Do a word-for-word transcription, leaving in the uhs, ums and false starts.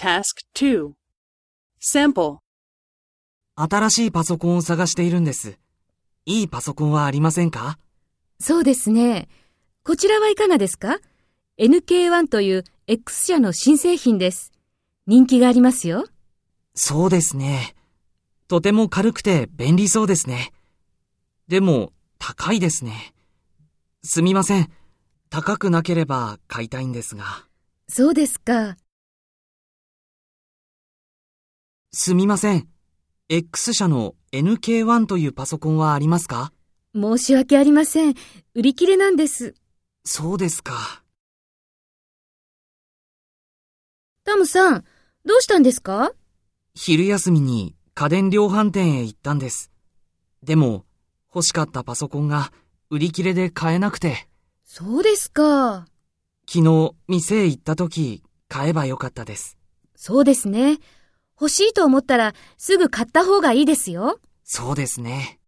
Task two. Sample. 新しいパソコンを探しているんです。いいパソコンはありませんか？ そうですね。こちらはいかがですか？ エヌケーワン という X 社の新製品です。人気がありますよ。 そうですね。とても軽くて便利そうですね。でも高いですね。すみません。高くなければ買いたいんですが。 そうですか。 すみません。X 社の エヌケーワン というパソコンはありますか？ 申し訳ありません。売り切れなんです。 そうですか。 タムさん、どうしたんですか？ 昼休みに家電量販店へ行ったんです。でも欲しかったパソコンが売り切れで買えなくて。 そうですか。 昨日店へ行った時買えばよかったです。 そうですね。欲しいと思ったらすぐ買った方がいいですよ。 そうですね。